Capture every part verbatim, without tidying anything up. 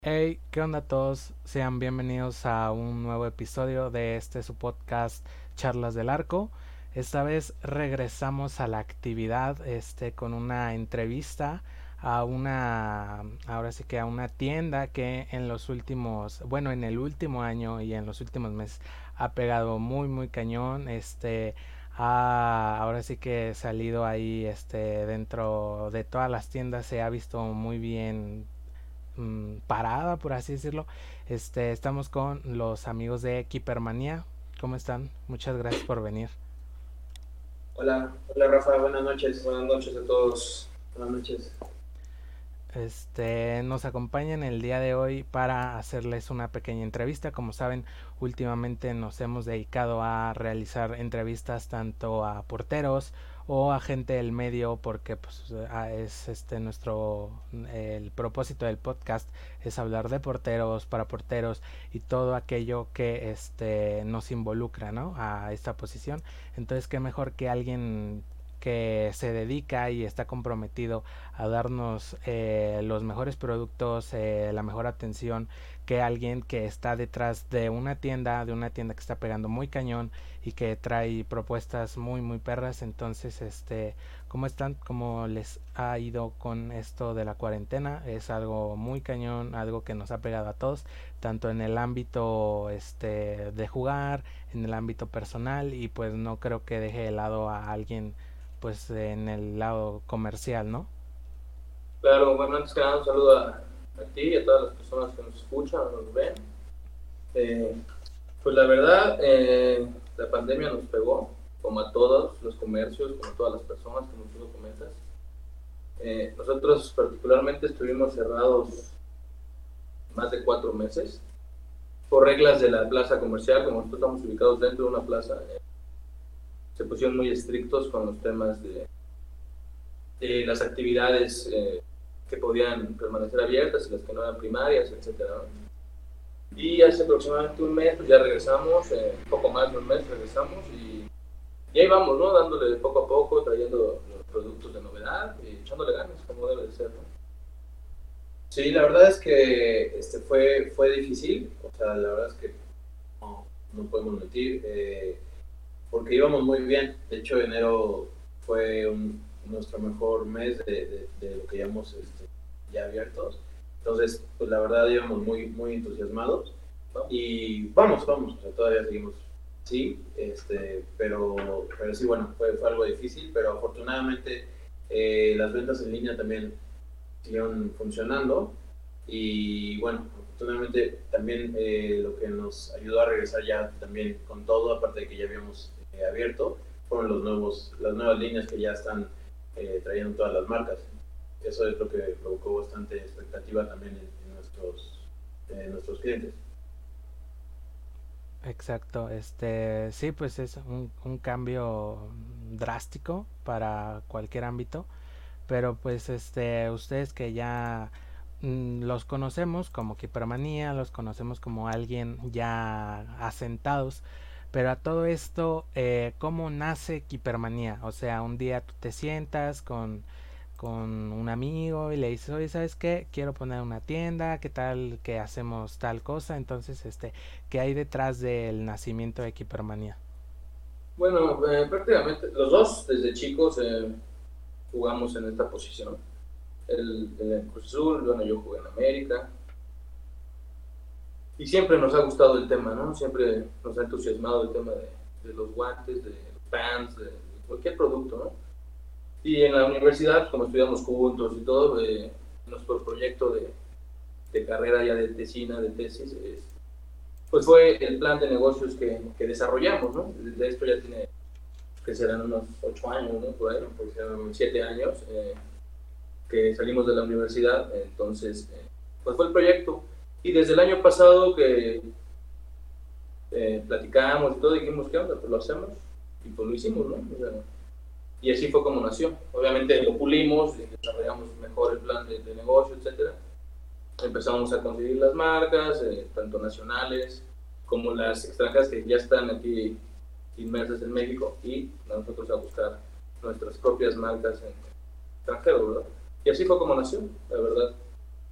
Hey, ¿qué onda a todos? Sean bienvenidos a un nuevo episodio de este su podcast Charlas del Arco. Esta vez regresamos a la actividad este con una entrevista a una ahora sí que a una tienda que en los últimos, bueno, en el último año y en los últimos meses ha pegado muy muy cañón, este ha ahora sí que salido ahí este dentro de todas las tiendas se ha visto muy bien mm, parada, por así decirlo. Este, estamos con los amigos de Keepermanía. ¿Cómo están? Muchas gracias por venir. Hola, hola Rafa, buenas noches, buenas noches a todos, buenas noches. Este, nos acompañan el día de hoy para hacerles una pequeña entrevista. Como saben, últimamente nos hemos dedicado a realizar entrevistas tanto a porteros o a gente del medio porque pues es este nuestro el propósito del podcast es hablar de porteros para porteros y todo aquello que este nos involucra, ¿no? A esta posición. Entonces, qué mejor que alguien que se dedica y está comprometido a darnos eh, los mejores productos, eh, la mejor atención que alguien que está detrás de una tienda, de una tienda que está pegando muy cañón y que trae propuestas muy muy perras. Entonces, este, ¿cómo están? ¿Cómo les ha ido con esto de la cuarentena? Es algo muy cañón, algo que nos ha pegado a todos, tanto en el ámbito este de jugar, en el ámbito personal y pues no creo que deje de lado a alguien pues en el lado comercial, ¿no? Claro, bueno, antes que nada un saludo a, a ti y a todas las personas que nos escuchan o nos ven. Eh, pues la verdad, eh, la pandemia nos pegó, como a todos los comercios, como a todas las personas, como tú lo comentas. Eh, nosotros particularmente estuvimos cerrados más de cuatro meses por reglas de la plaza comercial, como nosotros estamos ubicados dentro de una plaza. Eh, se pusieron muy estrictos con los temas de de las actividades eh, que podían permanecer abiertas y las que no eran primarias, etcétera. Y hace aproximadamente un mes pues ya regresamos, eh, poco más de un mes regresamos y, y ahí vamos, ¿no? Dándole poco a poco, trayendo los productos de novedad y echándole ganas, como debe de ser, ¿no? Sí, la verdad es que este fue, fue difícil, o sea, la verdad es que no, no podemos mentir, eh, porque íbamos muy bien. De hecho, enero fue un, nuestro mejor mes de, de, de lo que llevamos este, ya abiertos. Entonces, pues la verdad íbamos muy, muy entusiasmados. Y vamos, vamos, o sea, todavía seguimos, sí, este, pero, pero sí, bueno, fue, fue algo difícil, pero afortunadamente eh, las ventas en línea también siguieron funcionando y bueno, afortunadamente también eh, lo que nos ayudó a regresar ya también con todo, aparte de que ya habíamos eh, abierto, fueron los nuevos, las nuevas líneas que ya están eh, trayendo todas las marcas. Eso es lo que provocó bastante expectativa también en, en nuestros, en nuestros clientes. Exacto, este, sí, pues es un, un cambio drástico para cualquier ámbito, pero pues este, ustedes que ya mm, los conocemos como Kipermanía, los conocemos como alguien ya asentados, pero a todo esto, eh, ¿cómo nace Kipermanía? O sea, un día tú te sientas con con un amigo y le dices, oye, ¿sabes qué? Quiero poner una tienda, ¿qué tal que hacemos tal cosa? Entonces, este, ¿qué hay detrás del nacimiento de Keepermanía? Bueno, eh, prácticamente los dos desde chicos eh, jugamos en esta posición. El, el Cruz Azul, bueno, yo jugué en América, y siempre nos ha gustado el tema, ¿no? Siempre nos ha entusiasmado el tema de, de los guantes, de los pants, de, de cualquier producto, ¿no? Y en la universidad, como estudiamos juntos y todo, eh, nuestro proyecto de, de, carrera ya de tesina, de tesis, eh, pues fue el plan de negocios que, que desarrollamos, ¿no? De esto ya tiene, que serán unos ocho años, ¿no? Por ahí, aproximadamente siete años, eh, que salimos de la universidad, entonces, eh, pues fue el proyecto. Y desde el año pasado que eh, platicamos y todo, dijimos, ¿qué onda? Pues lo hacemos, y pues lo hicimos, ¿no? O sea, y así fue como nació. Obviamente lo pulimos, desarrollamos mejor el plan de, de negocio, etcétera. Empezamos a conseguir las marcas, eh, tanto nacionales como las extranjeras que ya están aquí inmersas en México, y a nosotros a buscar nuestras propias marcas en extranjero, ¿verdad? Y así fue como nació, la verdad.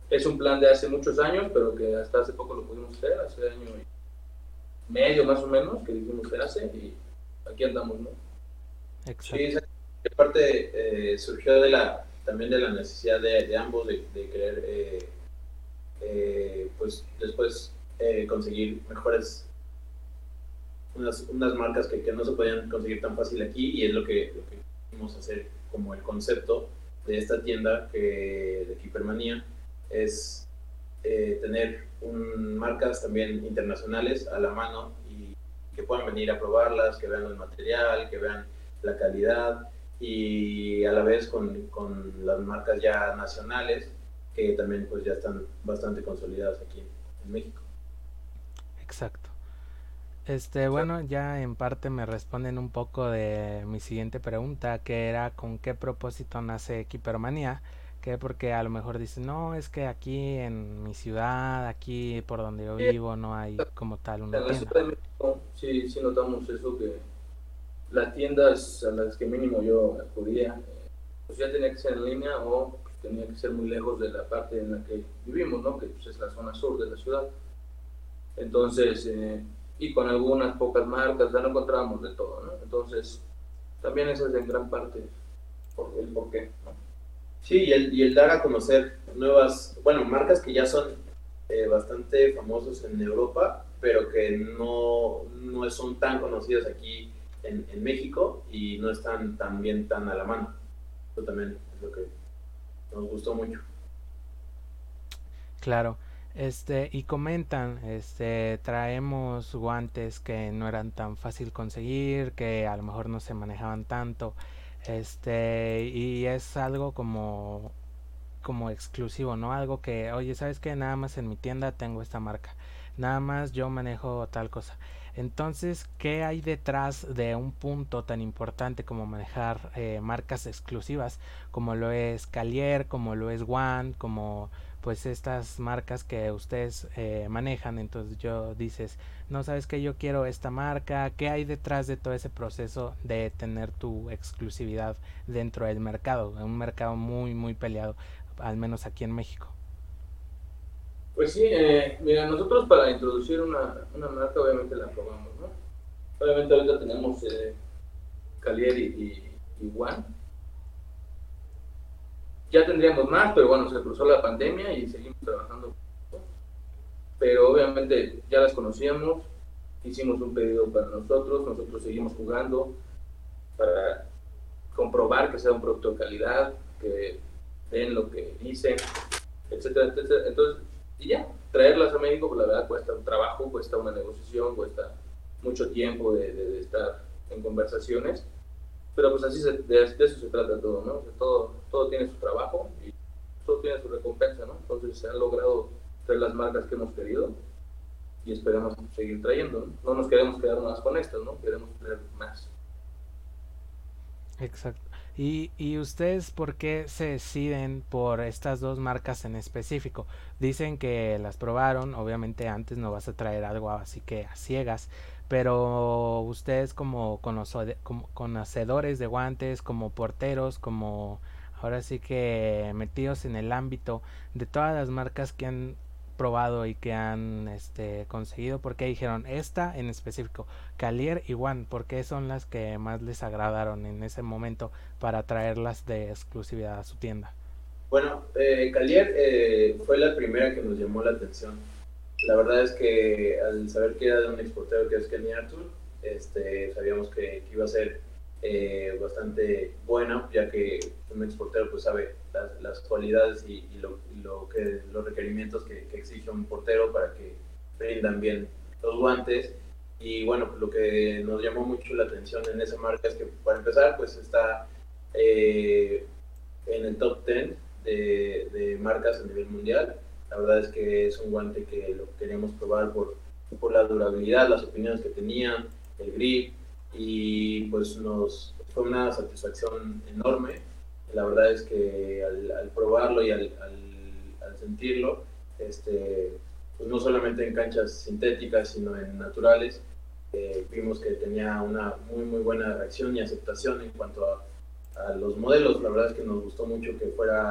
es un plan de hace muchos años, pero que hasta hace poco lo pudimos hacer, hace año y medio más o menos, que dijimos que hace, y aquí andamos, ¿no? Exacto. Sí, aparte eh, surgió de la, también de la necesidad de, de ambos de, de querer, eh, eh, pues después eh, conseguir mejores, unas, unas marcas que, que no se podían conseguir tan fácil aquí, y es lo que, lo que quisimos hacer como el concepto de esta tienda que, de Keepermania, es eh, tener un, marcas también internacionales a la mano y que puedan venir a probarlas, que vean el material, que vean la calidad, y a la vez con, con las marcas ya nacionales que también pues ya están bastante consolidadas aquí en México. Exacto. Este, bueno, ya en parte me responden un poco de mi siguiente pregunta, que era con qué propósito nace Keepermania, que porque a lo mejor dicen, no, es que aquí en mi ciudad, aquí por donde yo vivo, no hay como tal una en la tienda. Ciudad de México sí, sí notamos eso, que las tiendas a las que mínimo yo acudía, pues ya tenía que ser en línea o pues, tenía que ser muy lejos de la parte en la que vivimos, ¿no? Que pues, es la zona sur de la ciudad. Entonces, eh, y con algunas pocas marcas, ya no encontrábamos de todo, ¿no? Entonces, también eso es en gran parte por el porqué, ¿no? Sí, y el, y el dar a conocer nuevas, bueno, marcas que ya son eh, bastante famosos en Europa, pero que no, no son tan conocidas aquí en, en México y no están también tan a la mano. Eso también es lo que nos gustó mucho. Claro. Este, y comentan, este, traemos guantes que no eran tan fácil conseguir, que a lo mejor no se manejaban tanto, este, y es algo como, como exclusivo, ¿no? Algo que, oye, ¿sabes qué? Nada más en mi tienda tengo esta marca, nada más yo manejo tal cosa. Entonces, ¿qué hay detrás de un punto tan importante como manejar eh, marcas exclusivas, como lo es Calier, como lo es One, como pues estas marcas que ustedes eh, manejan? Entonces yo dices, no, sabes que yo quiero esta marca, ¿qué hay detrás de todo ese proceso de tener tu exclusividad dentro del mercado, un mercado muy muy peleado, al menos aquí en México? Pues sí, eh, mira, nosotros para introducir una, una marca obviamente la probamos, ¿no? Obviamente ahorita tenemos eh, Calier y, y, y One. Ya tendríamos más, pero bueno, se cruzó la pandemia y seguimos trabajando. Pero obviamente ya las conocíamos, hicimos un pedido para nosotros, nosotros seguimos jugando para comprobar que sea un producto de calidad, que den lo que dicen, etcétera, etcétera. Entonces, y ya, traerlas a México, pues la verdad cuesta un trabajo, cuesta una negociación, cuesta mucho tiempo de, de, de estar en conversaciones. Pero pues así se, de, de eso se trata todo, ¿no? O sea, todo, todo tiene su trabajo y todo tiene su recompensa, ¿no? Entonces se han logrado traer las marcas que hemos querido y esperamos seguir trayendo, ¿no? No nos queremos quedar más con estas, ¿no? Queremos traer más. Exacto. ¿Y, y ustedes por qué se deciden por estas dos marcas en específico? Dicen que las probaron, obviamente antes no vas a traer algo así que a ciegas, pero ustedes como, conoce- como conocedores de guantes, como porteros, como ahora sí que metidos en el ámbito de todas las marcas que han probado y que han este conseguido, porque dijeron esta en específico, Calier y One, porque son las que más les agradaron en ese momento para traerlas de exclusividad a su tienda? Bueno, eh, Calier eh, fue la primera que nos llamó la atención. La verdad es que al saber que era de un exportador que es Kenny Arthur, este, sabíamos que, que iba a ser eh, bastante buena, ya que un exportero pues sabe las, las cualidades y, y, lo, y lo que, los requerimientos que, que exige un portero para que brindan bien los guantes. Y bueno, pues lo que nos llamó mucho la atención en esa marca es que para empezar pues está eh, en el top diez de, de marcas a nivel mundial. La verdad es que es un guante que lo queríamos probar por, por la durabilidad, las opiniones que tenían, el grip, y pues nos fue una satisfacción enorme. La verdad es que al, al probarlo y al, al, al sentirlo, este, pues no solamente en canchas sintéticas, sino en naturales, eh, vimos que tenía una muy muy buena reacción y aceptación en cuanto a, a los modelos. La verdad es que nos gustó mucho que fuera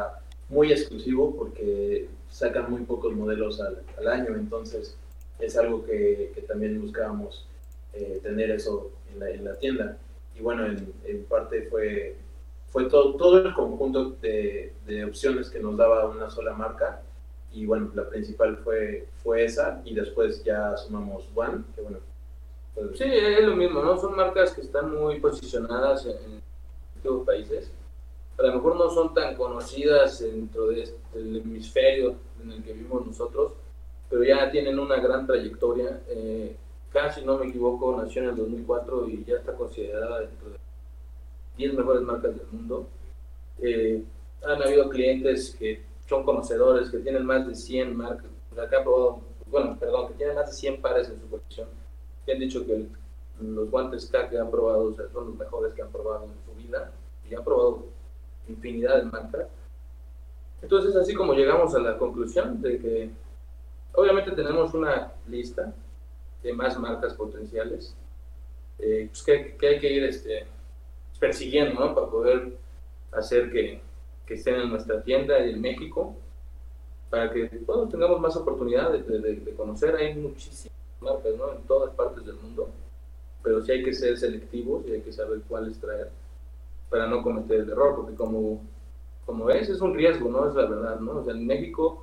muy exclusivo porque sacan muy pocos modelos al, al año, entonces es algo que, que también buscábamos eh, tener eso en la, en la tienda. Y bueno, en, en parte fue, fue todo, todo el conjunto de, de opciones que nos daba una sola marca. Y bueno, la principal fue, fue esa, y después ya sumamos One, que bueno. Pues... Sí, es lo mismo, ¿no? Son marcas que están muy posicionadas en, en distintos países. A lo mejor no son tan conocidas dentro de este, del hemisferio en el que vivimos nosotros, pero ya tienen una gran trayectoria. Eh, casi no me equivoco, nació en el dos mil cuatro y ya está considerada dentro de diez mejores marcas del mundo. Eh, han habido clientes que son conocedores, que tienen más de cien marcas, o sea, que han probado, bueno, perdón, que tienen más de cien pares en su colección, que han dicho que el, los guantes K que han probado, o sea, son los mejores que han probado en su vida, y han probado infinidad de marcas. Entonces, así como llegamos a la conclusión de que obviamente tenemos una lista de más marcas potenciales eh, pues que, que hay que ir este, persiguiendo, ¿no? Para poder hacer que, que estén en nuestra tienda en México, para que todos tengamos más oportunidades de, de, de conocer. Hay muchísimas marcas, ¿no? En todas partes del mundo, pero sí hay que ser selectivos y hay que saber cuáles traer para no cometer el error, porque como, como ves, es un riesgo, ¿no? Es la verdad, ¿no? O sea, en México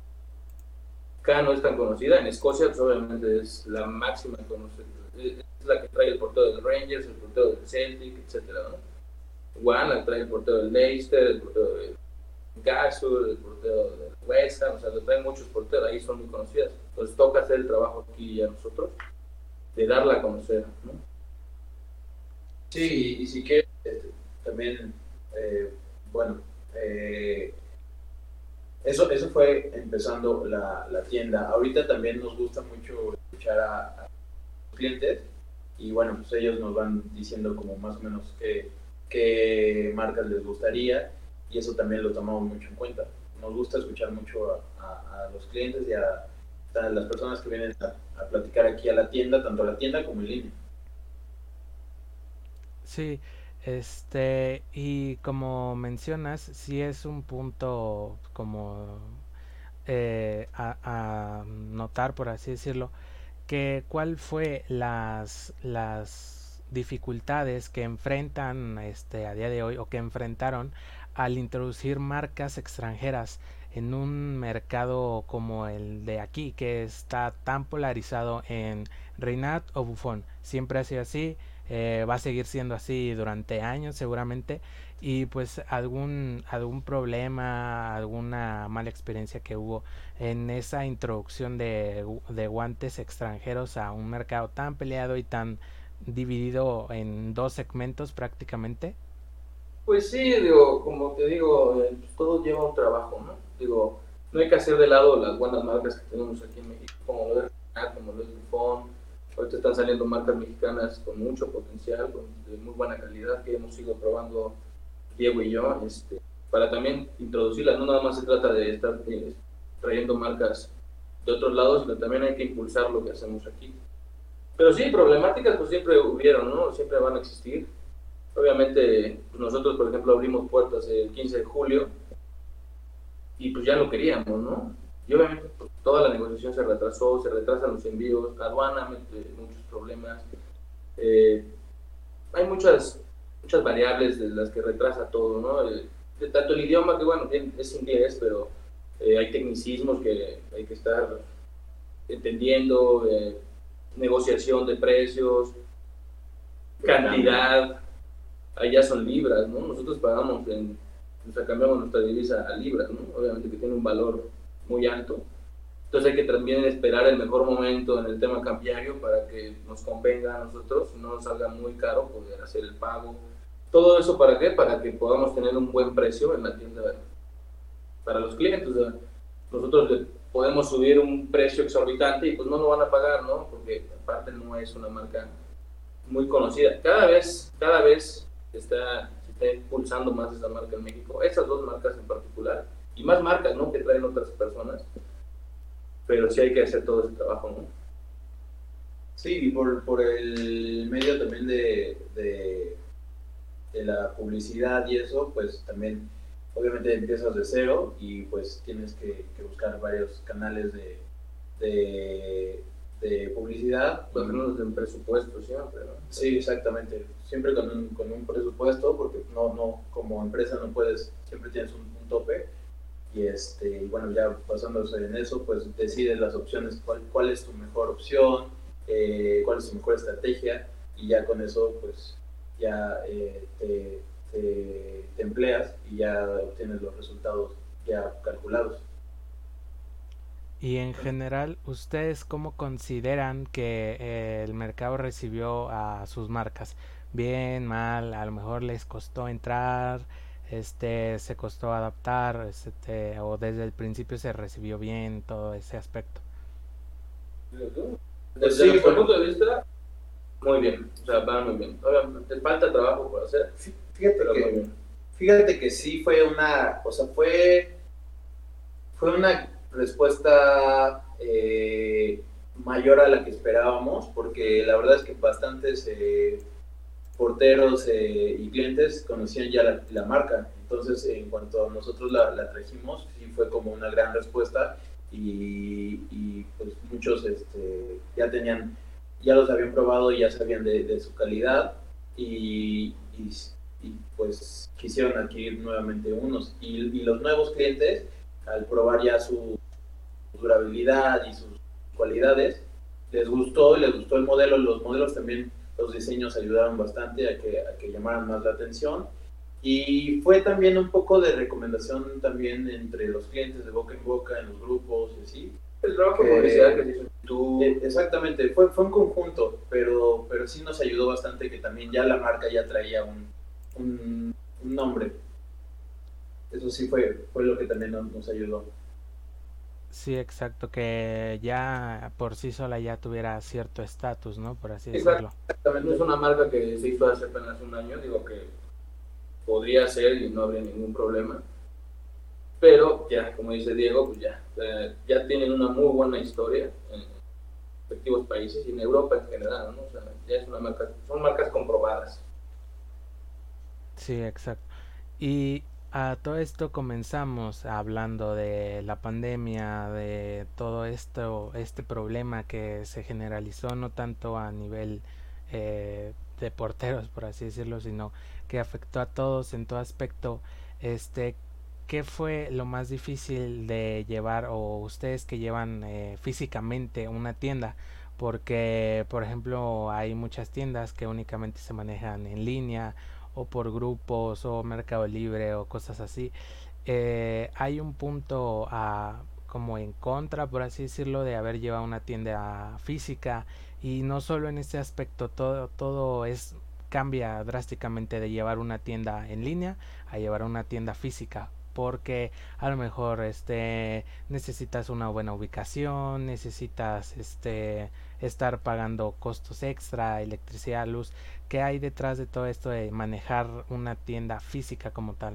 K no es tan conocida, en Escocia pues, obviamente es la máxima conocida, es la que trae el portero del Rangers, el portero del Celtic, etcétera, ¿no? One la trae el portero del Leicester, el portero del Newcastle, el portero del West Ham, o sea, lo traen muchos porteros, ahí son muy conocidas. Entonces toca hacer el trabajo aquí ya nosotros, de darla a conocer, ¿no? Sí, y, y si quieres, este, también, eh, bueno, eh, eso, eso fue empezando la, la tienda. Ahorita también nos gusta mucho escuchar a, a los clientes, y bueno, pues ellos nos van diciendo como más o menos qué, qué marcas les gustaría, y eso también lo tomamos mucho en cuenta. Nos gusta escuchar mucho a, a, a los clientes y a, a las personas que vienen a, a platicar aquí a la tienda, tanto a la tienda como en línea. Sí, este, y como mencionas, sí es un punto como eh, a, a notar, por así decirlo, que cuál fue las las dificultades que enfrentan este a día de hoy o que enfrentaron al introducir marcas extranjeras en un mercado como el de aquí, que está tan polarizado en Reynad o Buffon. Siempre ha sido así, eh, va a seguir siendo así durante años seguramente, y pues algún algún problema, alguna mala experiencia que hubo en esa introducción de, de guantes extranjeros a un mercado tan peleado y tan dividido en dos segmentos prácticamente. Pues sí, digo, como te digo, eh, pues todo lleva un trabajo, ¿no? Digo, no hay que hacer de lado las buenas marcas que tenemos aquí en México, como lo es Renault, como lo es Buffon. Ahorita están saliendo marcas mexicanas con mucho potencial, con, de muy buena calidad, que hemos ido probando Diego y yo, este, para también introducirlas. No nada más se trata de estar eh, trayendo marcas de otros lados, sino también hay que impulsar lo que hacemos aquí. Pero sí, problemáticas pues siempre hubieron, ¿no? Siempre van a existir. Obviamente, pues nosotros, por ejemplo, abrimos puertas el quince de julio y pues ya lo queríamos, ¿no? Y obviamente pues, toda la negociación se retrasó, se retrasan los envíos, aduana mete muchos problemas. Eh, hay muchas, muchas variables de las que retrasa todo, ¿no? Eh, tanto el idioma, que bueno, es inglés, pero eh, hay tecnicismos que hay que estar entendiendo, eh, negociación de precios, cantidad. Allá son libras, ¿no? Nosotros pagamos, en, o sea, cambiamos nuestra divisa a libras, ¿no? Obviamente que tiene un valor muy alto. Entonces hay que también esperar el mejor momento en el tema cambiario para que nos convenga a nosotros, no nos salga muy caro poder hacer el pago. ¿Todo eso para qué? Para que podamos tener un buen precio en la tienda para los clientes. O sea, nosotros le podemos subir un precio exorbitante y pues no lo van a pagar, ¿no? Porque aparte no es una marca muy conocida. Cada vez, cada vez está, se está impulsando más esa marca en México, esas dos marcas en particular, y más marcas, ¿no? Que traen otras personas, pero sí hay que hacer todo ese trabajo, ¿no? Sí, y por, por el medio también de, de, de la publicidad y eso, pues también obviamente empiezas de cero y pues tienes que, que buscar varios canales de, de, de publicidad. Pues menos de un presupuesto siempre, ¿no? Sí, exactamente. Siempre con un, con un presupuesto, porque no, no, como empresa no puedes, siempre tienes un, un tope. Y este, bueno, ya basándose en eso, pues decides las opciones, cuál, cuál es tu mejor opción, eh, cuál es tu mejor estrategia, y ya con eso, pues ya eh, te, te, te empleas y ya obtienes los resultados ya calculados. Y en general, ¿ustedes cómo consideran que eh, el mercado recibió a sus marcas? ¿Bien, mal? ¿A lo mejor les costó entrar? Este, ¿se costó adaptar? Este, ¿o desde el principio se recibió bien todo ese aspecto? Desde sí, nuestro punto de vista, muy bien, o sea, va muy bien. Obviamente, falta trabajo por hacer, fíjate pero que, muy bien. Fíjate que sí fue una, o sea, fue, fue una respuesta eh, mayor a la que esperábamos, porque la verdad es que bastantes eh, porteros eh, y clientes conocían ya la, la, marca. Entonces, en cuanto nosotros la, la trajimos, sí fue como una gran respuesta y, y pues muchos este, ya tenían, ya los habían probado y ya sabían de, de su calidad y, y, y pues quisieron adquirir nuevamente unos. Y, y los nuevos clientes, al probar ya su durabilidad y sus cualidades, les gustó, les gustó el modelo. Los modelos también, los diseños ayudaron bastante a que, a que llamaran más la atención. Y fue también un poco de recomendación también entre los clientes, de boca en boca, en los grupos y así. El trabajo de publicidad que hizo tú. Exactamente, fue, fue un conjunto, pero, pero sí nos ayudó bastante que también ya la marca ya traía un, un, un nombre. Eso sí fue, fue lo que también nos, nos ayudó. Sí, exacto, que ya por sí sola ya tuviera cierto estatus, ¿no? Por así Exacto, decirlo. exactamente, es una marca que se hizo hace apenas un año, digo que podría ser y no habría ningún problema, pero ya, como dice Diego, pues ya, eh, ya tienen una muy buena historia en respectivos países y en Europa en general, ¿no? O sea, ya es una marca, son marcas comprobadas. Sí, exacto. Y a todo esto comenzamos hablando de la pandemia, de todo esto, este problema que se generalizó no tanto a nivel eh, de porteros, por así decirlo, sino que afectó a todos en todo aspecto. Este, ¿qué fue lo más difícil de llevar o ustedes que llevan eh, físicamente una tienda? Porque, por ejemplo, hay muchas tiendas que únicamente se manejan en línea o por grupos o Mercado Libre o cosas así. Eh, hay un punto a, como en contra, por así decirlo, de haber llevado una tienda física y no solo en este aspecto, todo, todo es cambia drásticamente de llevar una tienda en línea a llevar una tienda física, porque a lo mejor este necesitas una buena ubicación, necesitas este estar pagando costos extra, electricidad, luz. ¿Qué hay detrás de todo esto de manejar una tienda física como tal?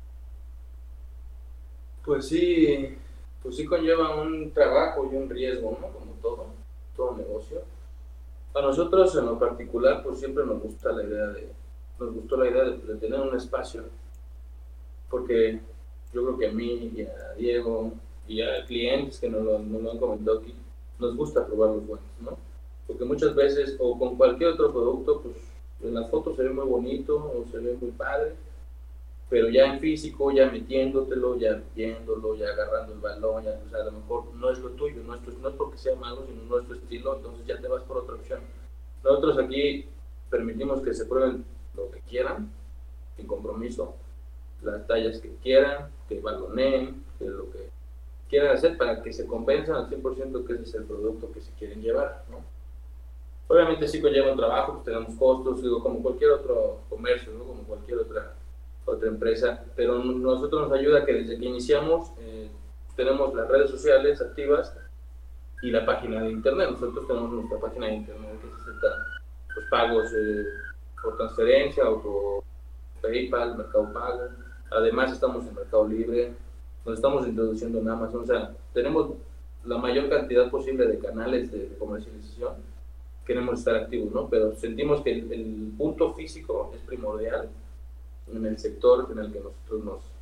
Pues sí, pues sí conlleva un trabajo y un riesgo, ¿no? Como todo, todo negocio. A nosotros en lo particular, pues siempre nos gusta la idea de, nos gustó la idea de, de tener un espacio, porque yo creo que a mí y a Diego y a clientes que nos lo, nos lo han comentado aquí, nos gusta probar los guantes, ¿no? Porque muchas veces, o con cualquier otro producto, pues en las fotos se ve muy bonito o se ve muy padre, pero ya en físico, ya metiéndotelo, ya viéndolo, ya agarrando el balón, ya, o sea, a lo mejor no es lo tuyo, no es, tu, no es porque sea malo, sino no es tu estilo, entonces ya te vas por otra opción. Nosotros aquí permitimos que se prueben lo que quieran, sin compromiso, las tallas que quieran, que baloneen, que lo que quieran hacer para que se compensen al cien por ciento que ese es el producto que se quieren llevar, ¿no? Obviamente sí conlleva un trabajo, pues tenemos costos, digo, como cualquier otro comercio, ¿no? Como cualquier otra otra empresa, pero nosotros nos ayuda que desde que iniciamos eh, tenemos las redes sociales activas y la página de internet. Nosotros tenemos nuestra página de internet que se acepta los pagos eh, por transferencia o por PayPal, Mercado Pago. Además estamos en Mercado Libre, nos estamos introduciendo en Amazon, o sea, tenemos la mayor cantidad posible de canales de comercialización. Queremos estar activos, ¿no? Pero sentimos que el, el punto físico es primordial en el sector en el que nosotros nos,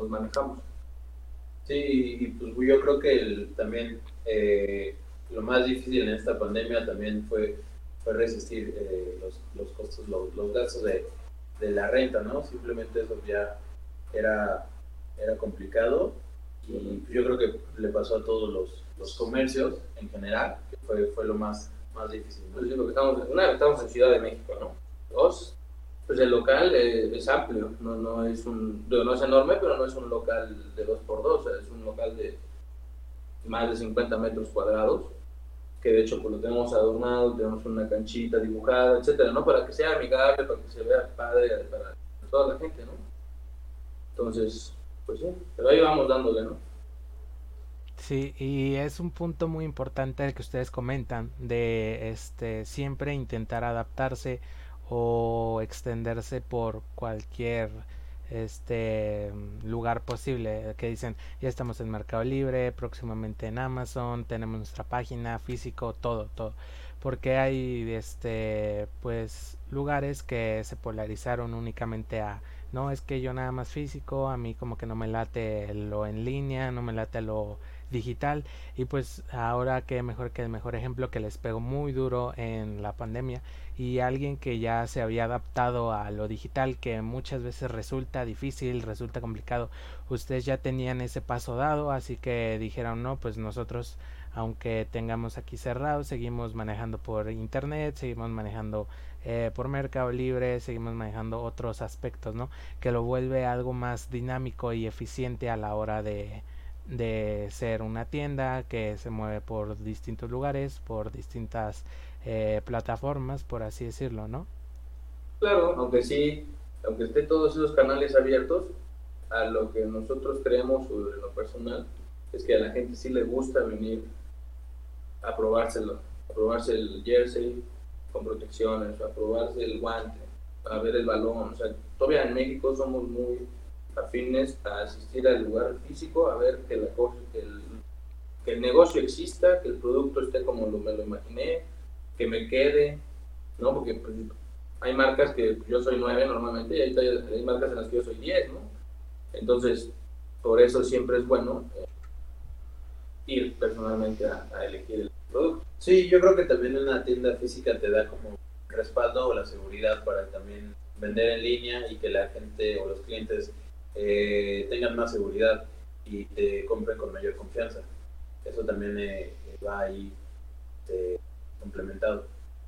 nos manejamos. Sí, y pues yo creo que el, también eh, lo más difícil en esta pandemia también fue, fue resistir eh, los, los costos, los, los gastos de, de la renta, ¿no? Simplemente eso ya era, era complicado y pues yo creo que le pasó a todos los, los comercios en general, que fue, fue lo más, más difícil, ¿no? Pues yo creo que estamos, una, estamos en Ciudad de México, ¿no? Dos, pues el local eh, es amplio, no, no, es un, no es enorme, pero no es un local de dos por dos, o sea, es un local de más de cincuenta metros cuadrados, que de hecho pues lo tenemos adornado, tenemos una canchita dibujada, etcétera, ¿no? Para que sea amigable, para que se vea padre para toda la gente, ¿no? Entonces, pues sí, pero ahí vamos dándole, ¿no? Sí, y es un punto muy importante el que ustedes comentan de este siempre intentar adaptarse o extenderse por cualquier este lugar posible, que dicen ya estamos en Mercado Libre, próximamente en Amazon, tenemos nuestra página, físico, todo, todo, porque hay este pues lugares que se polarizaron únicamente a no, es que yo nada más físico, a mí como que no me late lo en línea, no me late lo digital, y pues ahora que mejor que el mejor ejemplo que les pegó muy duro en la pandemia y alguien que ya se había adaptado a lo digital, que muchas veces resulta difícil, resulta complicado, ustedes ya tenían ese paso dado, así que dijeron no, pues nosotros aunque tengamos aquí cerrado seguimos manejando por internet, seguimos manejando eh, por Mercado Libre, seguimos manejando otros aspectos, ¿no? Que lo vuelve algo más dinámico y eficiente a la hora de de ser una tienda que se mueve por distintos lugares, por distintas eh, plataformas, por así decirlo, ¿no? Claro, aunque sí, aunque esté todos esos canales abiertos, a lo que nosotros creemos en lo personal es que a la gente sí le gusta venir a probárselo, a probarse el jersey con protecciones, a probarse el guante, a ver el balón. O sea, todavía en México somos muy afines a asistir al lugar físico, a ver que, la cosa, que, el, que el negocio exista, que el producto esté como lo, me lo imaginé, que me quede, ¿no? Porque pues, hay marcas que yo soy nueve normalmente y hay, hay marcas en las que yo soy diez, ¿no? Entonces, por eso siempre es bueno eh, ir personalmente a, a elegir el producto. Sí, yo creo que también una tienda física te da como respaldo o la seguridad para también vender en línea y que la gente o los clientes eh, tengan más seguridad y te compren con mayor confianza. Eso también eh, va ahí eh, complementado.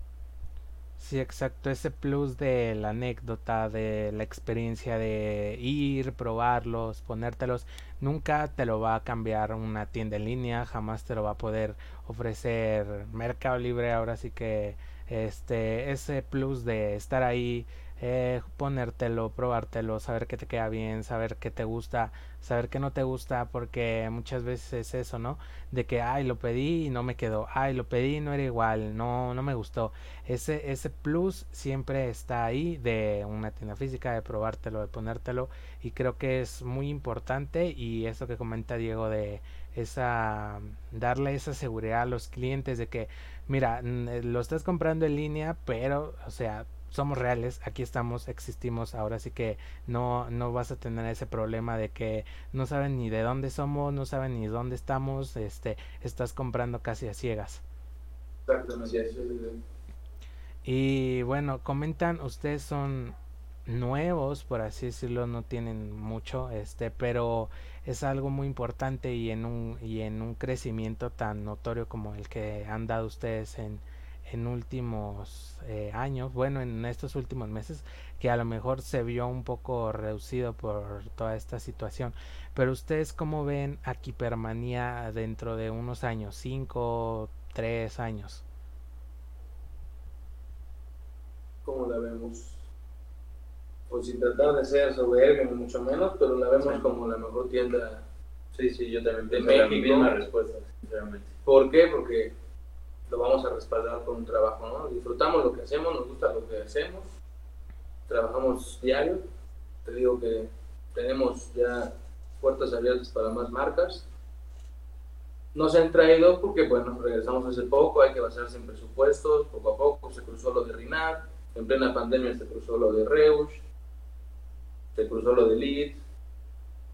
Sí, exacto, ese plus de la anécdota, de la experiencia de ir, probarlos, ponértelos, nunca te lo va a cambiar una tienda en línea, jamás te lo va a poder ofrecer Mercado Libre, ahora sí que este, ese plus de estar ahí, eh, ponértelo, probártelo, saber que te queda bien, saber que te gusta, saber que no te gusta, porque muchas veces es eso, ¿no? De que, ay, lo pedí y no me quedó, ay, lo pedí y no era igual, no, no me gustó. Ese, ese plus siempre está ahí de una tienda física, de probártelo, de ponértelo, y creo que es muy importante. Y eso que comenta Diego de esa darle esa seguridad a los clientes de que mira, lo estás comprando en línea, pero o sea, somos reales, aquí estamos, existimos, ahora sí que no, no vas a tener ese problema de que no saben ni de dónde somos, no saben ni dónde estamos, este, estás comprando casi a ciegas. Exactamente. Y bueno, comentan, ustedes son nuevos, por así decirlo, no tienen mucho, este, pero es algo muy importante y en un y en un crecimiento tan notorio como el que han dado ustedes en en últimos eh, años, bueno, en estos últimos meses, que a lo mejor se vio un poco reducido por toda esta situación. Pero ustedes cómo ven a Kipermanía dentro de unos años, cinco, tres años. ¿Cómo la vemos? Pues sin tratar de ser soberbio, ni mucho menos, pero la vemos sí. como la mejor tienda sí, sí, yo también de México. La misma respuesta, sinceramente. ¿Por qué? Porque lo vamos a respaldar con un trabajo, ¿no? Disfrutamos lo que hacemos, nos gusta lo que hacemos, trabajamos diario. Te digo que tenemos ya puertas abiertas para más marcas. No se han traído porque, bueno, regresamos hace poco, hay que basarse en presupuestos, poco a poco se cruzó lo de Rinat, en plena pandemia se cruzó lo de Reusch, se cruzó lo de Lead,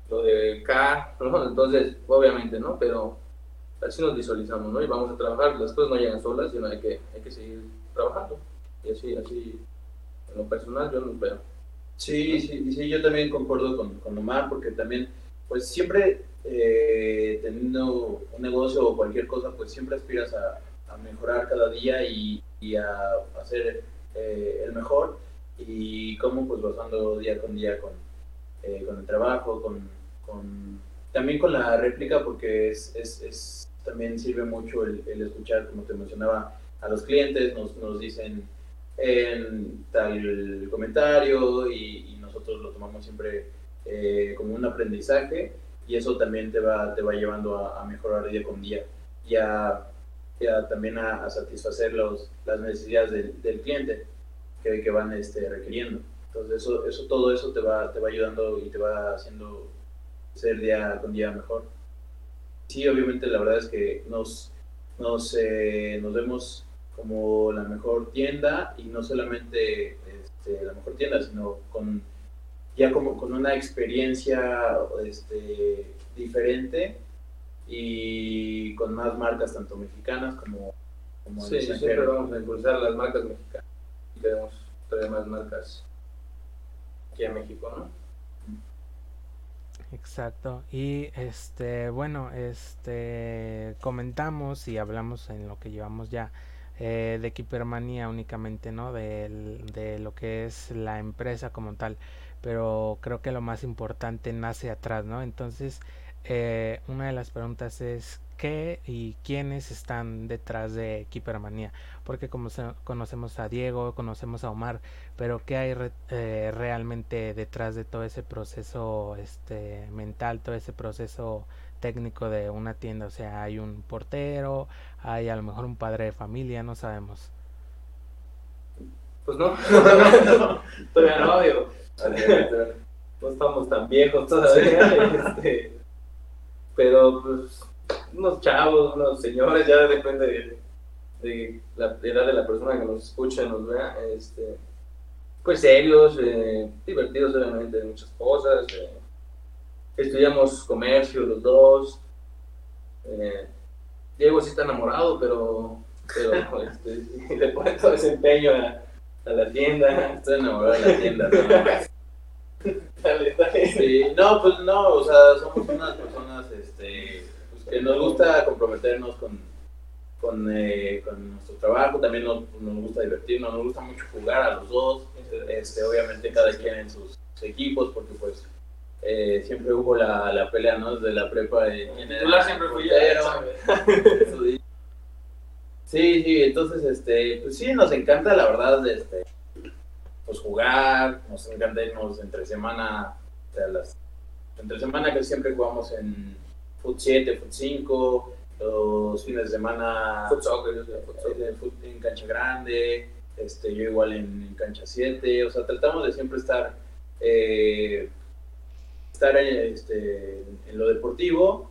lo de K, ¿no? Entonces, obviamente, ¿no? Pero así nos visualizamos, ¿no? Y vamos a trabajar, las cosas no llegan solas, sino hay que, hay que seguir trabajando. Y así, así, en lo personal, yo nos veo. Sí, sí, sí, yo también concuerdo con, con Omar, porque también, pues siempre eh, teniendo un negocio o cualquier cosa, pues siempre aspiras a, a mejorar cada día y, y a, a ser eh, el mejor. Y cómo, pues basando día con día con, eh, con el trabajo, con, con, también con la réplica, porque es, es, es también sirve mucho el, el escuchar, como te mencionaba, a los clientes, nos, nos dicen en tal comentario y, y nosotros lo tomamos siempre eh, como un aprendizaje y eso también te va, te va llevando a, a mejorar día con día y a, y a también a, a satisfacer los, las necesidades del, del cliente que, que van este, requiriendo. Entonces eso, eso, todo eso te va, te va ayudando y te va haciendo ser día con día mejor. Sí, obviamente la verdad es que nos, nos, eh, nos vemos como la mejor tienda y no solamente este, la mejor tienda, sino con ya como con una experiencia este, diferente y con más marcas tanto mexicanas como, como sí, siempre vamos a impulsar las marcas mexicanas y queremos traer más marcas aquí a México, ¿no? Exacto. Y este, bueno, este comentamos y hablamos en lo que llevamos ya eh, de Keepermania únicamente, ¿no? De, de lo que es la empresa como tal. Pero creo que lo más importante nace atrás, ¿no? Entonces, eh, una de las preguntas es ¿qué y quiénes están detrás de Keepermania? Porque como se, conocemos a Diego, conocemos a Omar, pero qué hay re, eh, realmente detrás de todo ese proceso este mental, todo ese proceso técnico de una tienda. O sea, hay un portero, hay a lo mejor un padre de familia, no sabemos. Pues no, no, todavía no, digo, no estamos tan viejos todavía, este, pero pues unos chavos, unos señores, ya depende de, de la edad de la persona que nos escucha, nos vea, este, pues serios, eh, divertidos obviamente de muchas cosas, eh, estudiamos comercio los dos, eh, Diego sí está enamorado, pero, pero este, le pone todo ese empeño a, a la tienda. Estoy enamorado de la tienda, ¿no? Dale, dale. Sí, no, pues no, o sea, somos unas personas este, pues, que nos gusta comprometernos con, con, eh, con nuestro trabajo, también nos, nos gusta divertirnos, nos gusta mucho jugar a los dos, este, obviamente cada quien en sus equipos, porque pues eh, siempre hubo la, la pelea, ¿no? Desde la prepa de quién era siempre fui yo. Sí, sí, entonces, este, pues sí, nos encanta, la verdad, este, pues jugar, nos encanta irnos entre semana, o sea, las, entre semana que siempre jugamos en Fut siete, Fut cinco, los fines de semana Fut Soccer, yo sé, Fut Soccer. En cancha grande, este, yo igual en, en cancha siete, o sea, tratamos de siempre estar, eh, estar este, en lo deportivo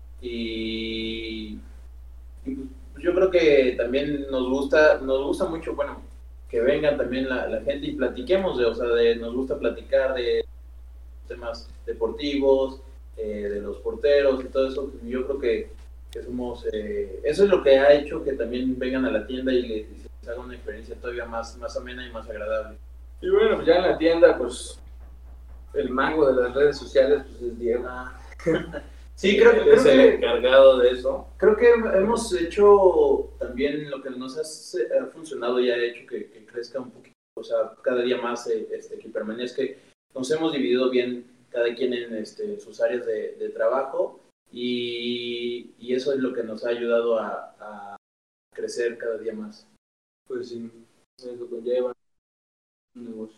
y, y yo creo que también nos gusta, nos gusta mucho, bueno, que vengan también la, la gente y platiquemos, de, o sea, de, nos gusta platicar de temas deportivos, eh, de los porteros y todo eso. Yo creo que, que somos, eh, eso es lo que ha hecho que también vengan a la tienda y les, y les haga una experiencia todavía más, más amena y más agradable. Y bueno, pues ya en la tienda, pues el mago de las redes sociales pues es Diego. Sí, creo, creo es el que encargado de eso. Creo que hemos hecho también lo que nos ha, ha funcionado y ha hecho que, que crezca un poquito, o sea, cada día más este Keepermania, es que nos hemos dividido bien cada quien en este, sus áreas de, de trabajo y, y eso es lo que nos ha ayudado a, a crecer cada día más. Pues sí, eso conlleva un negocio.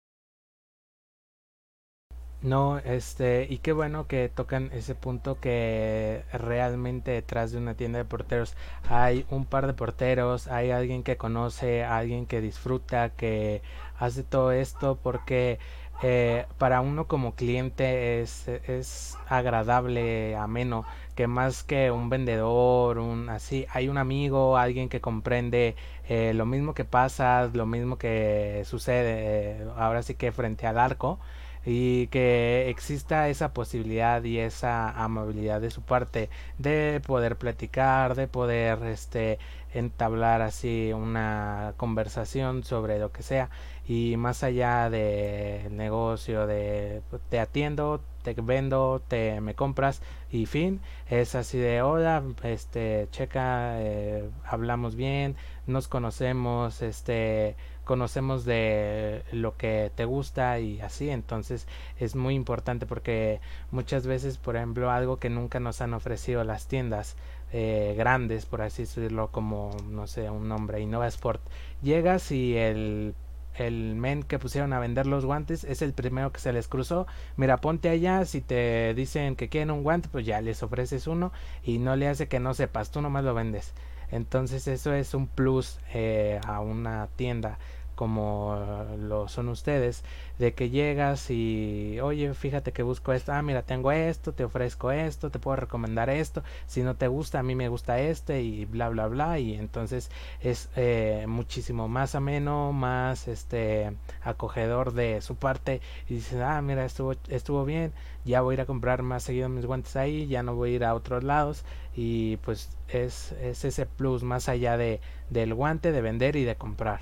No, este, y qué bueno que tocan ese punto que realmente detrás de una tienda de porteros hay un par de porteros, hay alguien que conoce, alguien que disfruta, que hace todo esto porque eh, para uno como cliente es, es agradable, ameno, que más que un vendedor, un así, hay un amigo, alguien que comprende eh, lo mismo que pasa, lo mismo que sucede, eh, ahora sí que frente al arco. y que exista esa posibilidad y esa amabilidad de su parte de poder platicar, de poder este entablar así una conversación sobre lo que sea, y más allá de negocio de te atiendo, te vendo, te me compras y fin, es así de hola, este checa, eh, hablamos bien, nos conocemos, este conocemos de lo que te gusta y así. Entonces es muy importante porque muchas veces, por ejemplo, algo que nunca nos han ofrecido las tiendas eh, grandes, por así decirlo, como no sé, un nombre, Innova Sport, llegas y el el men que pusieron a vender los guantes es el primero que se les cruzó. Mira, ponte allá, si te dicen que quieren un guante, pues ya les ofreces uno y no le hace que no sepas, tú nomás lo vendes. Entonces eso es un plus eh, a una tienda como lo son ustedes, de que llegas y oye, fíjate que busco esto, ah mira, tengo esto, te ofrezco esto, te puedo recomendar esto, si no te gusta, a mí me gusta este y bla bla bla, y entonces es eh, muchísimo más ameno, más este acogedor de su parte, y dices, ah mira, estuvo estuvo bien, ya voy a ir a comprar más seguido mis guantes ahí, ya no voy a ir a otros lados, y pues es, es ese plus más allá de del guante, de vender y de comprar.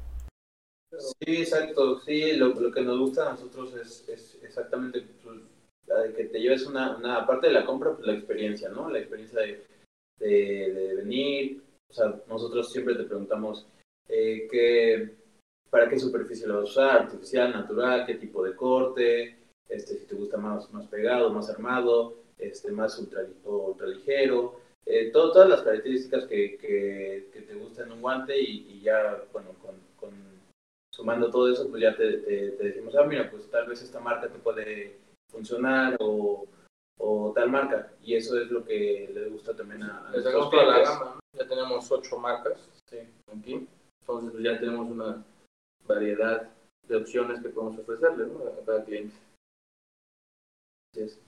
Sí, exacto. Sí, lo, lo que nos gusta a nosotros es, es exactamente pues, la de que te lleves una, una parte de la compra, pues la experiencia, ¿no? La experiencia de, de, de venir. O sea, nosotros siempre te preguntamos eh, qué, para qué superficie lo vas a usar, artificial, natural, qué tipo de corte, este, si te gusta más, más pegado, más armado, este, más ultra, ultra ligero. Eh, todo, todas las características que, que, que te gustan en un guante y, y ya, bueno, con, con sumando todo eso, pues ya te, te, te decimos, ah, mira, pues tal vez esta marca te puede funcionar o, o tal marca. Y eso es lo que le gusta también a, a Les nuestros tenemos toda la clientes. gama, ¿no? Ya tenemos ocho marcas Sí. aquí, entonces pues ya tenemos una variedad de opciones que podemos ofrecerle, ¿no? A cada cliente. Así es.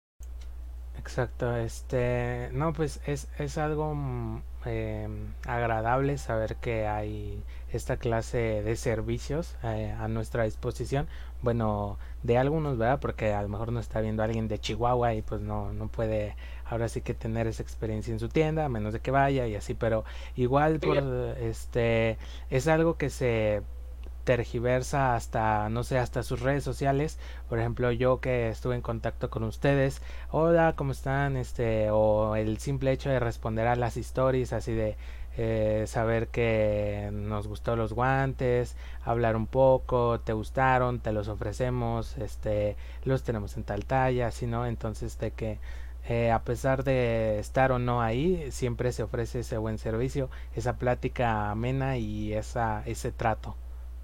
Exacto, este, no, pues es, es algo mm, eh, agradable saber que hay esta clase de servicios eh, a nuestra disposición. Bueno, de algunos, ¿verdad? Porque a lo mejor no está viendo alguien de Chihuahua y pues no, no puede ahora sí que tener esa experiencia en su tienda, a menos de que vaya y así, pero igual por este, es algo que se tergiversa hasta, no sé, hasta sus redes sociales. Por ejemplo, yo que estuve en contacto con ustedes, hola, ¿cómo están? Este, o el simple hecho de responder a las stories, así de eh, saber que nos gustó los guantes, hablar un poco, te gustaron, te los ofrecemos, este, los tenemos en tal talla, así, ¿no? Entonces, de que eh, a pesar de estar o no ahí, siempre se ofrece ese buen servicio, esa plática amena y esa, ese trato.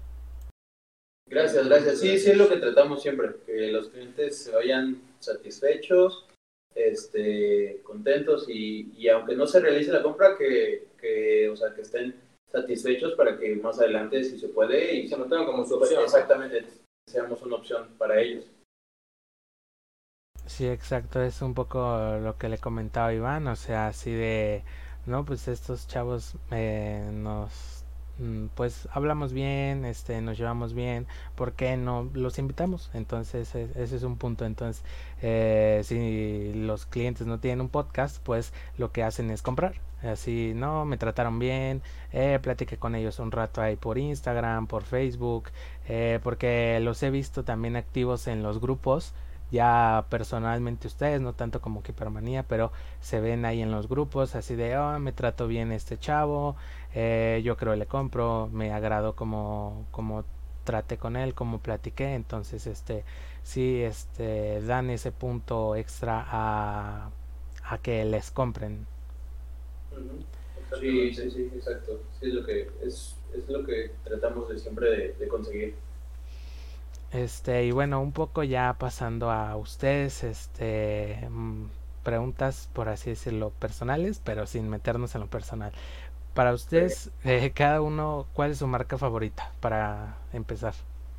Gracias, gracias. Sí, sí es lo que tratamos siempre, que los clientes se vayan satisfechos, este, contentos y, y aunque no se realice la compra, que, que, o sea, que estén satisfechos para que más adelante, si se puede, y se lo tengan como su pues, opción. exactamente, seamos una opción para ellos. Sí, exacto, es un poco lo que le comentaba Iván, o sea, así de, no, pues estos chavos eh, nos, mm, pues hablamos bien, este, nos llevamos bien, ¿por qué no los invitamos? Entonces, e- ese es un punto. Entonces, eh, si los clientes no tienen un podcast, pues lo que hacen es comprar. Así, no, me trataron bien, eh, platiqué con ellos un rato ahí por Instagram, por Facebook, eh, porque los he visto también activos en los grupos ya personalmente ustedes, no tanto como Hipermanía, pero se ven ahí en los grupos así de, oh, me trato bien este chavo, eh, yo creo le compro, me agradó como, como traté con él, como platiqué, entonces este, sí, este, dan ese punto extra a, a que les compren. Uh-huh. Sí, sí, sí, exacto. Sí, es lo que, es, es lo que tratamos de siempre de, de conseguir. Este, y bueno, un poco ya pasando a ustedes, este, mm, preguntas por así decirlo personales, pero sin meternos en lo personal. Para ustedes, eh, cada uno, ¿cuál es su marca favorita para empezar?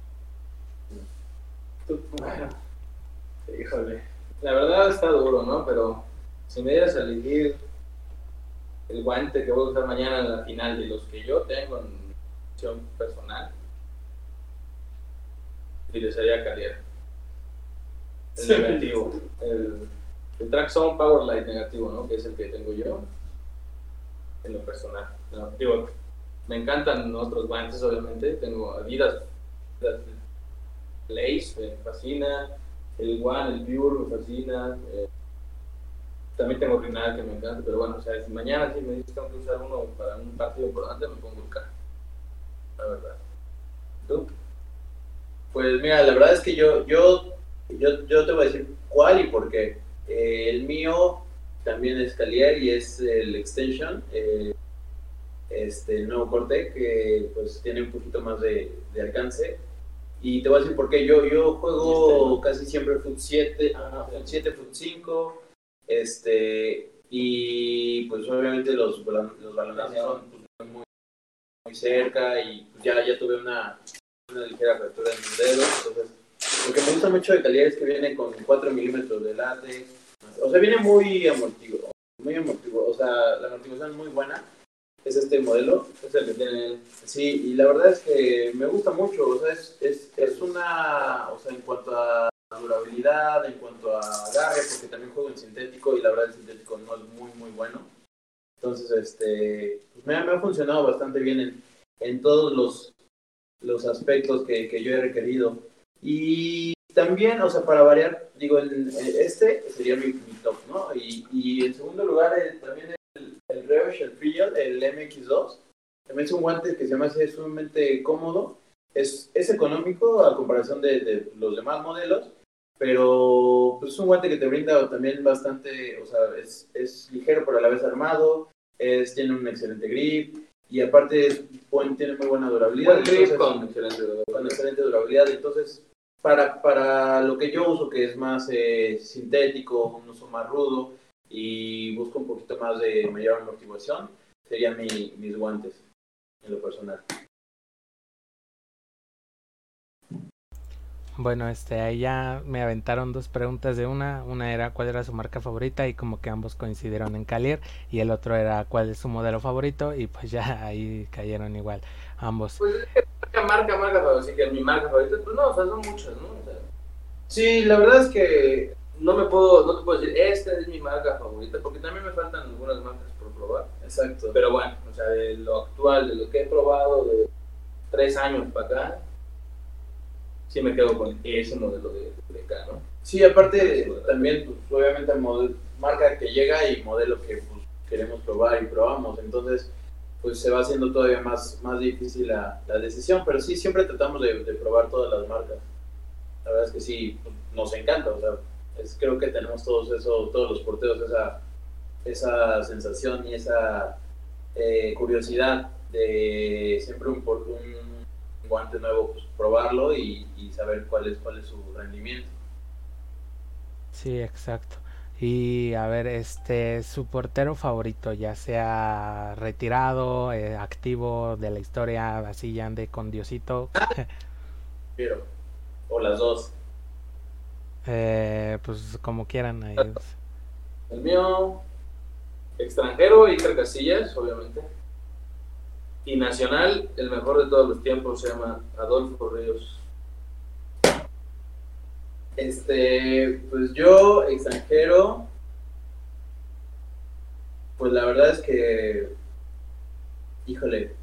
Bueno, híjole, la verdad está duro, ¿no? Pero si me dieras a elegir el guante que voy a usar mañana en la final de los que yo tengo en mi opción personal, utilizaría Carrier. el negativo. El, el Traxxon Powerlight negativo, ¿no? Que es el que tengo yo, en lo personal. No, digo, me encantan otros guantes, obviamente. Tengo Adidas, Adidas Lace, me fascina. El One, el Pure, me fascina. Eh, también tengo Rinal, que me encanta. Pero bueno, o sea, si mañana sí me dices que tengo que usar uno para un partido importante, me pongo el K. La verdad. ¿Tú? Pues mira, la verdad es que yo, yo, yo, yo te voy a decir cuál y por qué. Eh, el mío también es Calier y es el Extension, eh, este el nuevo corte que pues tiene un poquito más de, de alcance. Y te voy a decir por qué. Yo, yo juego casi siempre Foot siete, ajá, Foot siete, Foot cinco, este, y pues obviamente los, los balonazos son pues, muy, muy cerca y pues, ya, ya tuve una, una ligera fractura en mis dedos. Entonces, lo que me gusta mucho de Calier es que viene con cuatro milímetros de látex. O sea, viene muy amortiguo, muy amortiguo. O sea, la amortiguación es muy buena. Es este modelo, es el que tiene él. Sí, y la verdad es que me gusta mucho. O sea, es, es, es una. O sea, en cuanto a durabilidad, en cuanto a agarre, porque también juego en sintético y la verdad el sintético no es muy, muy bueno. Entonces, este. Pues me, me ha funcionado bastante bien en, en todos los, los aspectos que, que yo he requerido. Y también, o sea, para variar, digo, el, este sería mi, mi top, ¿no? Y, y en segundo lugar, el, también el, el Reusch, el Friel, el M X dos. También es un guante que se me hace sumamente cómodo. Es, es económico a comparación de, de los demás modelos, pero pues, es un guante que te brinda también bastante, o sea, es, es ligero pero a la vez armado, es, tiene un excelente grip y aparte bueno, tiene muy buena durabilidad. Buen grip con excelente durabilidad. Con excelente durabilidad, entonces para, para lo que yo uso, que es más eh, sintético, un uso más rudo y busco un poquito más de mayor amortiguación, serían mi, mis guantes en lo personal. Bueno, este, ahí ya me aventaron dos preguntas de una. Una era cuál era su marca favorita y como que ambos coincidieron en Calier. Y el otro era cuál es su modelo favorito y pues ya ahí cayeron igual ambos. Pues es que marca, marca, marca favorita, así que mi marca favorita, pues no, o sea, son muchas, ¿no? O sea, sí, la verdad es que no me puedo, no te puedo decir, esta es mi marca favorita, porque también me faltan algunas marcas por probar. Exacto. Pero bueno, o sea, de lo actual, de lo que he probado de tres años para acá, sí me quedo con ese modelo de, de acá, ¿no? Sí, aparte también, pues obviamente modelo, marca que llega y modelo que pues, queremos probar y probamos, entonces pues se va haciendo todavía más, más difícil la, la decisión, pero sí, siempre tratamos de, de probar todas las marcas. La verdad es que sí, pues, nos encanta, o sea, es, creo que tenemos todos eso, todos los porteros esa, esa sensación y esa eh, curiosidad de siempre un, un guante nuevo, pues probarlo y, y saber cuál es, cuál es su rendimiento. Sí, exacto. Y a ver, este, su portero favorito, ya sea retirado, eh, activo de la historia, así ya ande con Diosito. Pero, o las dos. eh, pues como quieran. Ahí. El mío, extranjero, Iker Casillas, obviamente. Y nacional, el mejor de todos los tiempos, se llama Adolfo Ríos. Este, pues yo, extranjero, pues la verdad es que, híjole,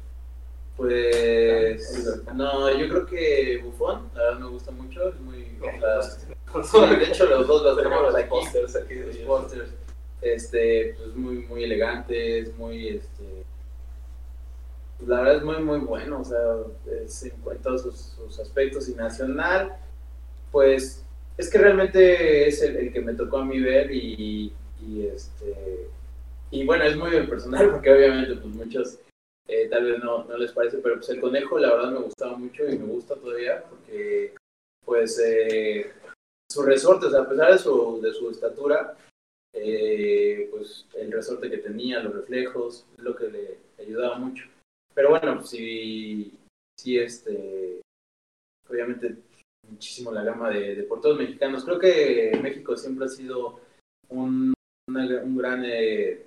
pues, no, yo creo que Buffon, la verdad me gusta mucho, es muy, la, sí, de hecho los dos los tenemos aquí, posters aquí, los posters, este, pues muy, muy elegantes, muy, este, la verdad es muy, muy bueno, o sea, es, en cuanto a sus, sus aspectos y nacional, pues, es que realmente es el, el que me tocó a mí ver y, y este y bueno, es muy personal porque obviamente pues muchos eh, tal vez no, no les parece, pero pues el conejo la verdad me gustaba mucho y me gusta todavía porque pues eh, su resorte, o sea, a pesar de su, de su estatura, eh, pues el resorte que tenía, los reflejos, es lo que le ayudaba mucho. Pero bueno, pues sí, sí este, obviamente muchísimo la gama de, de porteros mexicanos. Creo que México siempre ha sido un, una, un gran eh,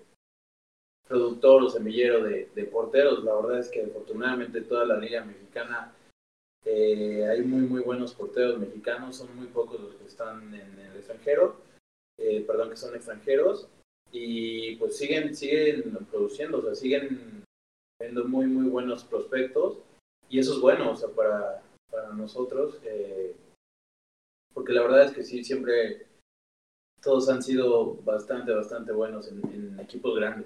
productor o semillero de, de porteros. La verdad es que afortunadamente toda la liga mexicana Eh, hay muy, muy buenos porteros mexicanos, son muy pocos los que están en el extranjero, eh, perdón, que son extranjeros, y pues siguen, siguen produciendo, o sea, siguen viendo muy, muy buenos prospectos, y eso es bueno, o sea, para, para nosotros, eh, porque la verdad es que sí, siempre todos han sido bastante, bastante buenos en, en equipos grandes.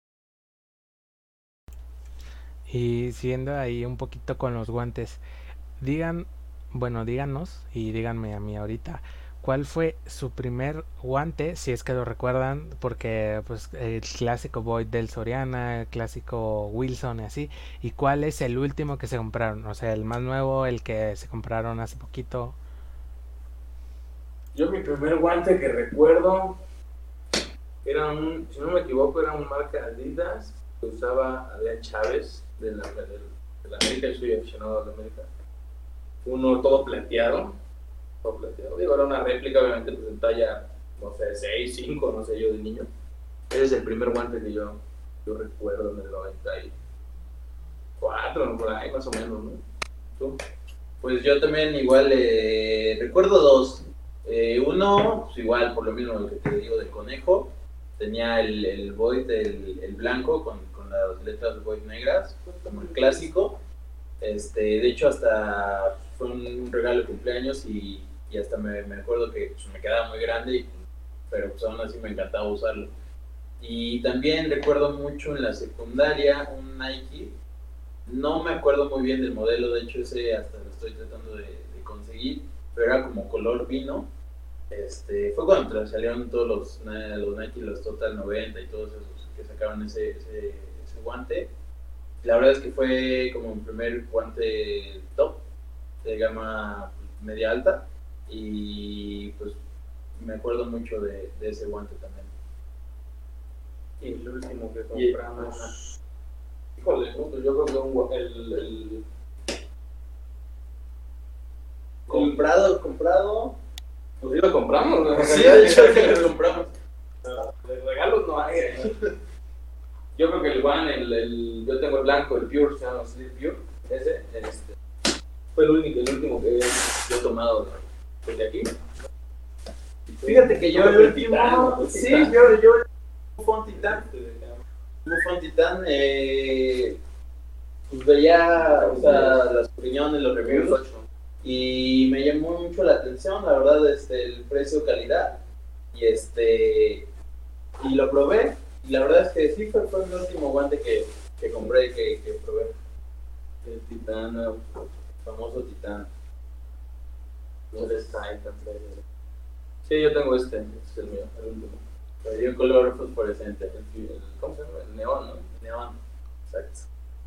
Y siguiendo ahí un poquito con los guantes, digan, bueno, díganos y díganme a mí ahorita, ¿cuál fue su primer guante, si es que lo recuerdan? Porque pues el clásico Void del Soriana, el clásico Wilson y así, ¿y cuál es el último que se compraron? O sea, el más nuevo, el que se compraron hace poquito. Yo mi primer guante que recuerdo era un, si no me equivoco, era un marca Adidas que usaba Adrián Chávez de la, de, de la América, yo soy aficionado a la América. Uno todo plateado, todo plateado. Digo, era una réplica, obviamente, pues en talla, no sé, seis, cinco, no sé yo, de niño. Ese es el primer guante que yo, yo recuerdo en el noventa y cuatro, ¿no? Por ahí más o menos, ¿no? ¿Tú? Pues yo también igual eh, recuerdo dos. Eh, uno, pues igual, por lo mismo lo que te digo del conejo, tenía el, el Void, el, el blanco con, con las letras Void negras, como el clásico. Este, de hecho, hasta fue un regalo de cumpleaños y, y hasta me, me acuerdo que pues, me quedaba muy grande, y, pero pues aún así me encantaba usarlo. Y también recuerdo mucho en la secundaria un Nike, no me acuerdo muy bien del modelo, de hecho ese hasta lo estoy tratando de, de conseguir, pero era como color vino. Este, fue cuando salieron todos los, los Nike, los Total noventa y todos esos que sacaron ese, ese, ese guante. La verdad es que fue como mi primer guante top, de gama media alta, y pues me acuerdo mucho de, de ese guante también. Y el último que compramos... Y, híjole, ¿no? Pues yo creo que un, el, el... Comprado, comprado... Pues sí lo compramos, ¿no? Sí, de hecho sí lo compramos. De regalos no hay. Yo creo que el One, el, el, yo tengo el blanco, el Pure, se llama Sleep Pure, ese, este, fue el único, el último que yo he tomado desde aquí. Fíjate que yo el último, sí, yo, yo un Fontitán, un Fontitán, eh, pues veía, o sea, las opiniones, los reviews, y me llamó mucho la atención, la verdad, este, el precio-calidad, y este, y lo probé. Y la verdad es que sí, fue, fue el último guante que, que compré y que, que probé. El Titán, el famoso Titán. Entonces, sí, yo tengo este, este es el mío, el último. Pero dio un color fosforescente. El, el, ¿Cómo se llama? El neón, ¿no? El neón, exacto.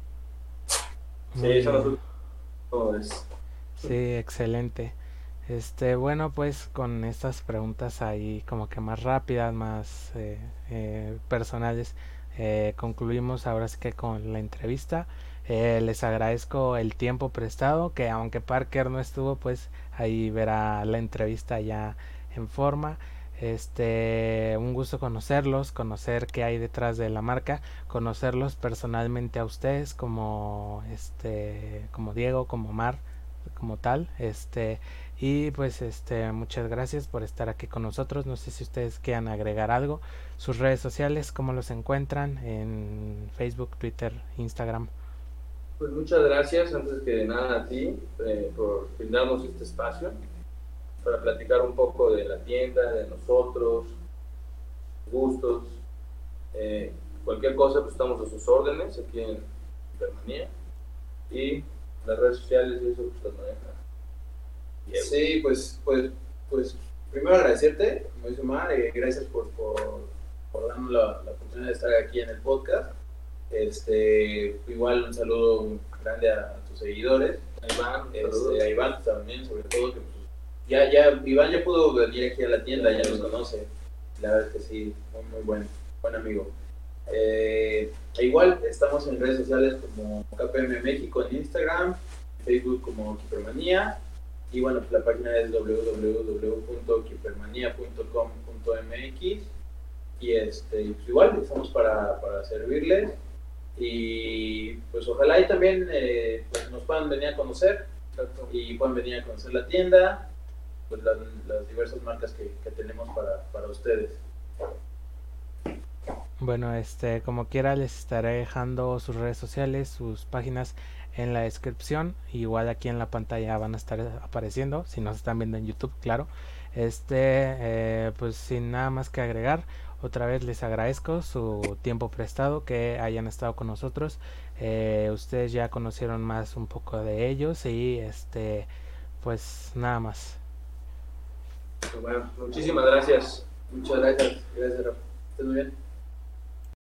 Sí, son los últimos. Sí, excelente. Este, bueno, pues con estas preguntas ahí como que más rápidas, más eh, eh, personales, eh, concluimos ahora sí que con la entrevista. Eh, les agradezco el tiempo prestado, que aunque Parker no estuvo, pues ahí verá la entrevista ya en forma. Este, un gusto conocerlos, conocer qué hay detrás de la marca, conocerlos personalmente a ustedes como este, como Diego, como Mar, como tal, este. Y pues este muchas gracias por estar aquí con nosotros. No sé si ustedes quieran agregar algo. Sus redes sociales, cómo los encuentran en Facebook, Twitter, Instagram. Pues muchas gracias, antes que nada a ti, eh, por brindarnos este espacio para platicar un poco de la tienda, de nosotros, gustos, eh, cualquier cosa, pues estamos a sus órdenes aquí en Hipermanía, y las redes sociales y eso pues las maneja. Sí, pues, pues, pues primero agradecerte, como dice Omar, eh, gracias por, por, por darnos la, la oportunidad de estar aquí en el podcast. Este, igual un saludo grande a, a tus seguidores, a Iván, este, a Iván también, sobre todo, que pues, ya, ya, Iván ya pudo venir aquí a la tienda, ya nos conoce, la verdad es que sí, muy, muy buen, buen amigo. Eh, e igual estamos en redes sociales como K P M México en Instagram, Facebook como Hipermanía. Y bueno, pues la página es doble u doble u doble u punto keepermania punto com punto m x, y este, pues igual estamos para, para servirles, y pues ojalá y también eh, pues nos puedan venir a conocer. Exacto. Y pueden venir a conocer la tienda, pues las, las diversas marcas que, que tenemos para, para ustedes. Bueno, este, como quiera les estaré dejando sus redes sociales, sus páginas en la descripción. Igual aquí en la pantalla van a estar apareciendo, si nos están viendo en YouTube, claro. Este, eh, pues sin nada más que agregar, otra vez les agradezco su tiempo prestado, que hayan estado con nosotros. Eh, ustedes ya conocieron más un poco de ellos y este, pues nada más. Bueno, muchísimas gracias. Muchas gracias. Gracias, Rafa. Estén muy bien.